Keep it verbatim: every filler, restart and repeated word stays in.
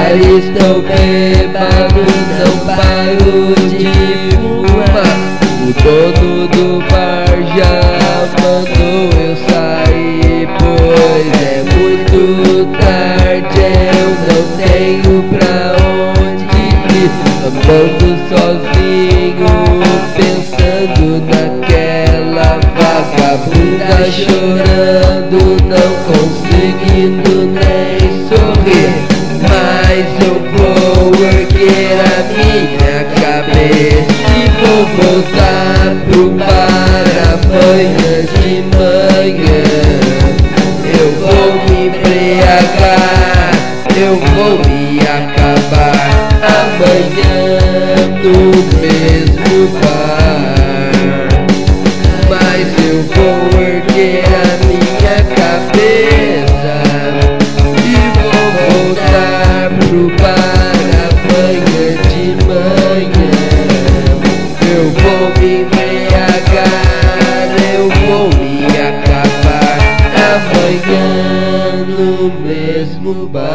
bares tão bêbados, não paro de fumar. O dono do bar já mandou eu sair, pois é muito tarde, eu não tenho pra onde ir. Andando sozinho, pensando naquela vagabunda, chorando, não conseguindo nem sorrir. Mas eu vou erguer a minha cabeça e vou voltar pro bar amanhã de manhã. Eu vou me embriagar, eu vou me acabar amanhã no mesmo bar. Mas eu vou erguer a minha cabeça e vou voltar pro bar amanhã de manhã. Eu vou me embriagar, eu vou me acabar amanhã no mesmo bar.